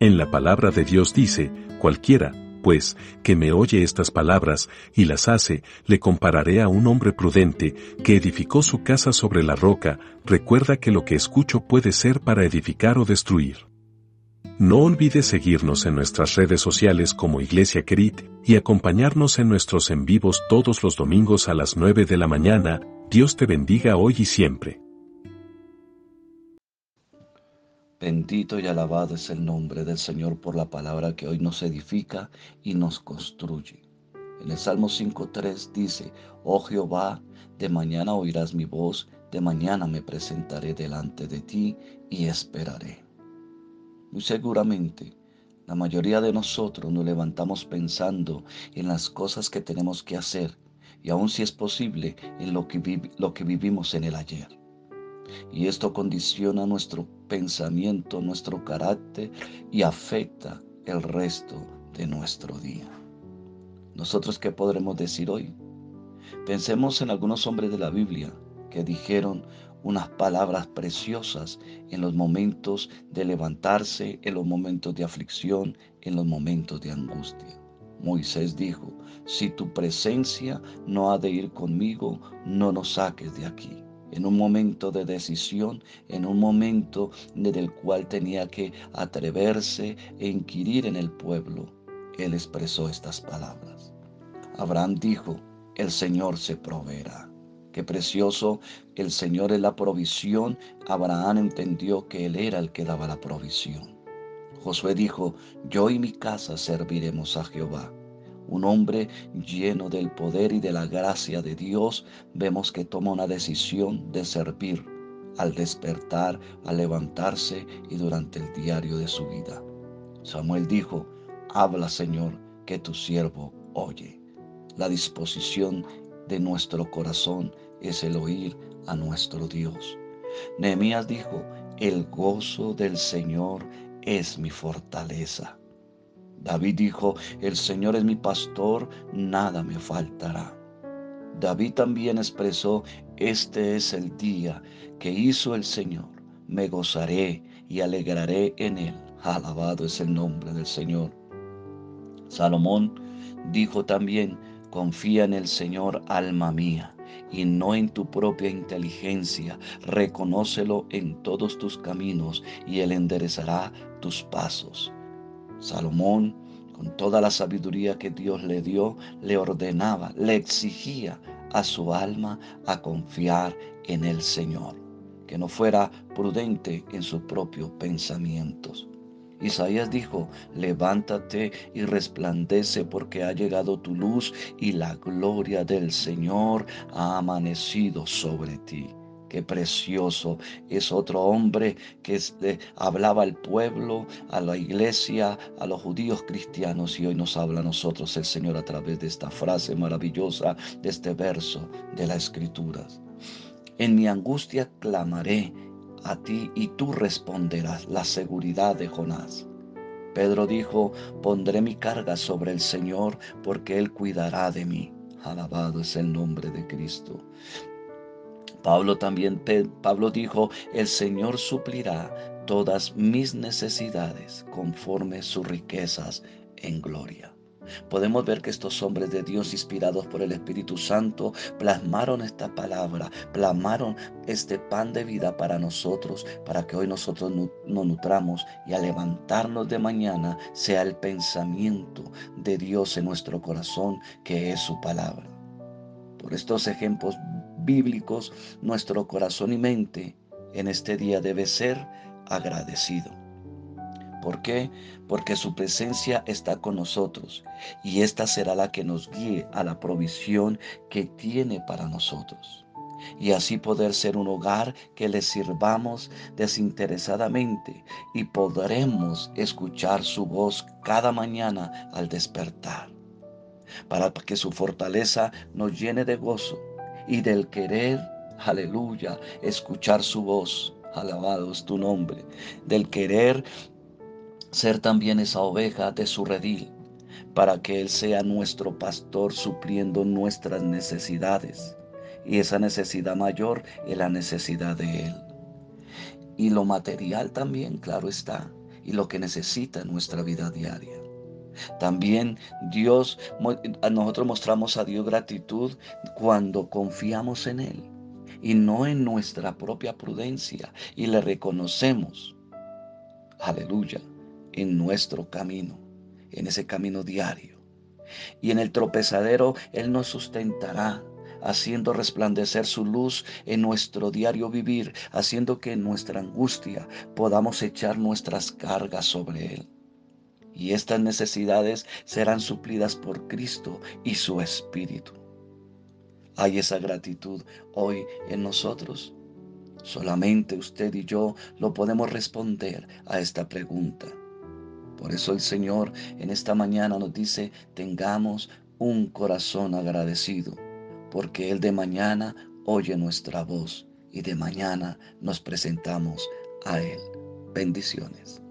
En la palabra de Dios dice, cualquiera, pues, que me oye estas palabras y las hace, le compararé a un hombre prudente que edificó su casa sobre la roca. Recuerda que lo que escucho puede ser para edificar o destruir. No olvides seguirnos en nuestras redes sociales como Iglesia Querit y acompañarnos en nuestros en vivos todos los domingos a las 9 de la mañana. Dios te bendiga hoy y siempre. Bendito y alabado es el nombre del Señor por la palabra que hoy nos edifica y nos construye. En el Salmo 5:3 dice, oh Jehová, de mañana oirás mi voz, de mañana me presentaré delante de ti y esperaré. Muy seguramente, la mayoría de nosotros nos levantamos pensando en las cosas que tenemos que hacer y aun si es posible en lo que vivimos en el ayer. Y esto condiciona nuestro pensamiento, nuestro carácter y afecta el resto de nuestro día. ¿Nosotros qué podremos decir hoy? Pensemos en algunos hombres de la Biblia que dijeron unas palabras preciosas en los momentos de levantarse, en los momentos de aflicción, en los momentos de angustia. Moisés dijo, si tu presencia no ha de ir conmigo, no nos saques de aquí. En un momento de decisión, en un momento en el cual tenía que atreverse e inquirir en el pueblo, él expresó estas palabras. Abraham dijo, el Señor se proveerá. Qué precioso, el Señor es la provisión. Abraham entendió que Él era el que daba la provisión. Josué dijo, yo y mi casa serviremos a Jehová. Un hombre lleno del poder y de la gracia de Dios, vemos que toma una decisión de servir al despertar, al levantarse y durante el diario de su vida. Samuel dijo, habla Señor, que tu siervo oye. La disposición de nuestro corazón es el oír a nuestro Dios. Nehemías dijo, el gozo del Señor es mi fortaleza. David dijo, el Señor es mi pastor, nada me faltará. David también expresó, este es el día que hizo el Señor, me gozaré y alegraré en él. Alabado es el nombre del Señor. Salomón dijo también, confía en el Señor, alma mía, y no en tu propia inteligencia. Reconócelo en todos tus caminos y Él enderezará tus pasos. Salomón, con toda la sabiduría que Dios le dio, le ordenaba, le exigía a su alma a confiar en el Señor, que no fuera prudente en sus propios pensamientos. Isaías dijo, levántate y resplandece porque ha llegado tu luz y la gloria del Señor ha amanecido sobre ti. Qué precioso es otro hombre que hablaba al pueblo, a la iglesia, a los judíos cristianos, y hoy nos habla a nosotros el Señor a través de esta frase maravillosa, de este verso de las Escrituras. En mi angustia clamaré a ti y tú responderás. La seguridad de Jonás. Pedro dijo, pondré mi carga sobre el Señor porque Él cuidará de mí. Alabado es el nombre de Cristo. Pablo dijo, el Señor suplirá todas mis necesidades conforme sus riquezas en gloria. Podemos ver que estos hombres de Dios, inspirados por el Espíritu Santo, plasmaron esta palabra, plasmaron este pan de vida para nosotros, para que hoy nosotros nos nutramos y al levantarnos de mañana sea el pensamiento de Dios en nuestro corazón, que es su palabra. Por estos ejemplos bíblicos, nuestro corazón y mente en este día debe ser agradecido. ¿Por qué? Porque su presencia está con nosotros y esta será la que nos guíe a la provisión que tiene para nosotros. Y así poder ser un hogar que le sirvamos desinteresadamente y podremos escuchar su voz cada mañana al despertar, para que su fortaleza nos llene de gozo y del querer, aleluya, escuchar su voz. Alabado es tu nombre, del querer ser también esa oveja de su redil, para que Él sea nuestro pastor supliendo nuestras necesidades. Y esa necesidad mayor es la necesidad de Él. Y lo material también, claro está. y lo que necesita en nuestra vida diaria. También a nosotros mostramos a Dios gratitud cuando confiamos en Él y no en nuestra propia prudencia y le reconocemos, aleluya, en nuestro camino, en ese camino diario. Y en el tropezadero Él nos sustentará, haciendo resplandecer su luz en nuestro diario vivir, haciendo que en nuestra angustia podamos echar nuestras cargas sobre Él. Y estas necesidades serán suplidas por Cristo y su Espíritu. ¿Hay esa gratitud hoy en nosotros? Solamente usted y yo lo podemos responder a esta pregunta. Por eso el Señor en esta mañana nos dice, tengamos un corazón agradecido, porque Él de mañana oye nuestra voz y de mañana nos presentamos a Él. Bendiciones.